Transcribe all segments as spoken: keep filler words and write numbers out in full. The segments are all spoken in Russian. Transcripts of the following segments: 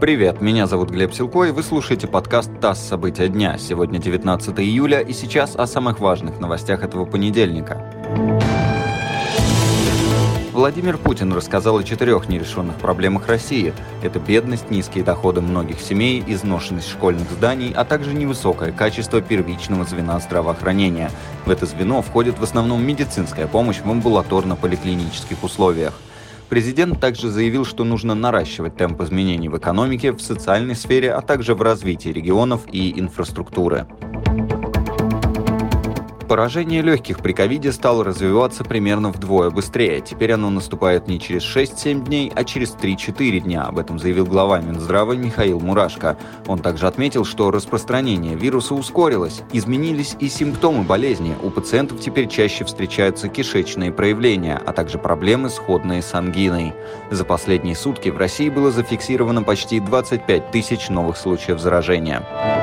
Привет, меня зовут Глеб Силко, и вы слушаете подкаст «ТАСС. События дня». Сегодня девятнадцатое июля, и сейчас о самых важных новостях этого понедельника. Владимир Путин рассказал о четырех нерешенных проблемах России. Это бедность, низкие доходы многих семей, изношенность школьных зданий, а также невысокое качество первичного звена здравоохранения. В это звено входит в основном медицинская помощь в амбулаторно-поликлинических условиях. Президент также заявил, что нужно наращивать темп изменений в экономике, в социальной сфере, а также в развитии регионов и инфраструктуры. Поражение легких при ковиде стало развиваться примерно вдвое быстрее. Теперь оно наступает не через шесть-семь дней, а через три-четыре дня. Об этом заявил глава Минздрава Михаил Мурашко. Он также отметил, что распространение вируса ускорилось. Изменились и симптомы болезни. У пациентов теперь чаще встречаются кишечные проявления, а также проблемы, сходные с ангиной. За последние сутки в России было зафиксировано почти двадцать пять тысяч новых случаев заражения.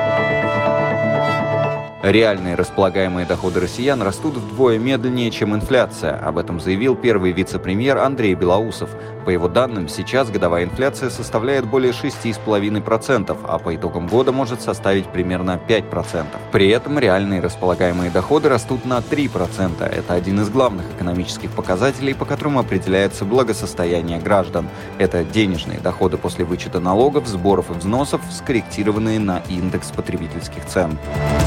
Реальные располагаемые доходы россиян растут вдвое медленнее, чем инфляция. Об этом заявил первый вице-премьер Андрей Белоусов. По его данным, сейчас годовая инфляция составляет более шесть целых пять десятых процента, а по итогам года может составить примерно пять процентов. При этом реальные располагаемые доходы растут на три процента. Это один из главных экономических показателей, по которым определяется благосостояние граждан. Это денежные доходы после вычета налогов, сборов и взносов, скорректированные на индекс потребительских цен.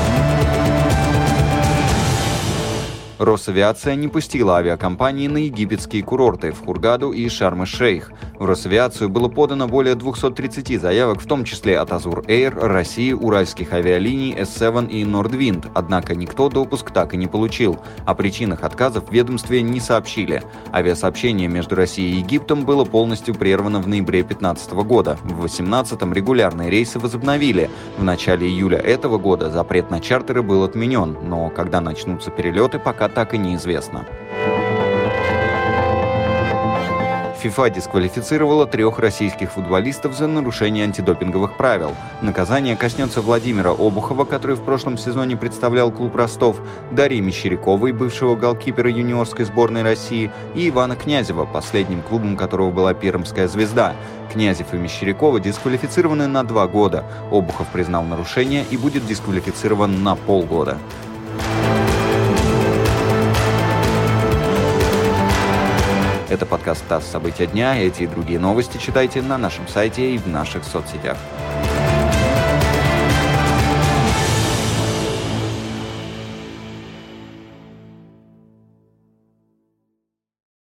Росавиация не пустила авиакомпании на египетские курорты в Хургаду и Шарм-эль-Шейх. В Росавиацию было подано более двести тридцать заявок, в том числе от Азур Эйр, России, Уральских авиалиний, эс семь и Нордвинд. Однако никто допуск так и не получил. О причинах отказов в ведомстве не сообщили. Авиасообщение между Россией и Египтом было полностью прервано в ноябре две тысячи пятнадцатого года. В две тысячи восемнадцатом регулярные рейсы возобновили. В начале июля этого года запрет на чартеры был отменен, но когда начнутся перелеты, пока так и неизвестно. ФИФА дисквалифицировала трех российских футболистов за нарушение антидопинговых правил. Наказание коснется Владимира Обухова, который в прошлом сезоне представлял клуб Ростов, Дарьи Мещеряковой, бывшего голкипера юниорской сборной России, и Ивана Князева, последним клубом которого была пермская «Звезда». Князев и Мещерякова дисквалифицированы на два года. Обухов признал нарушение и будет дисквалифицирован на полгода. Это подкаст «ТАСС. События дня». Эти и другие новости читайте на нашем сайте и в наших соцсетях.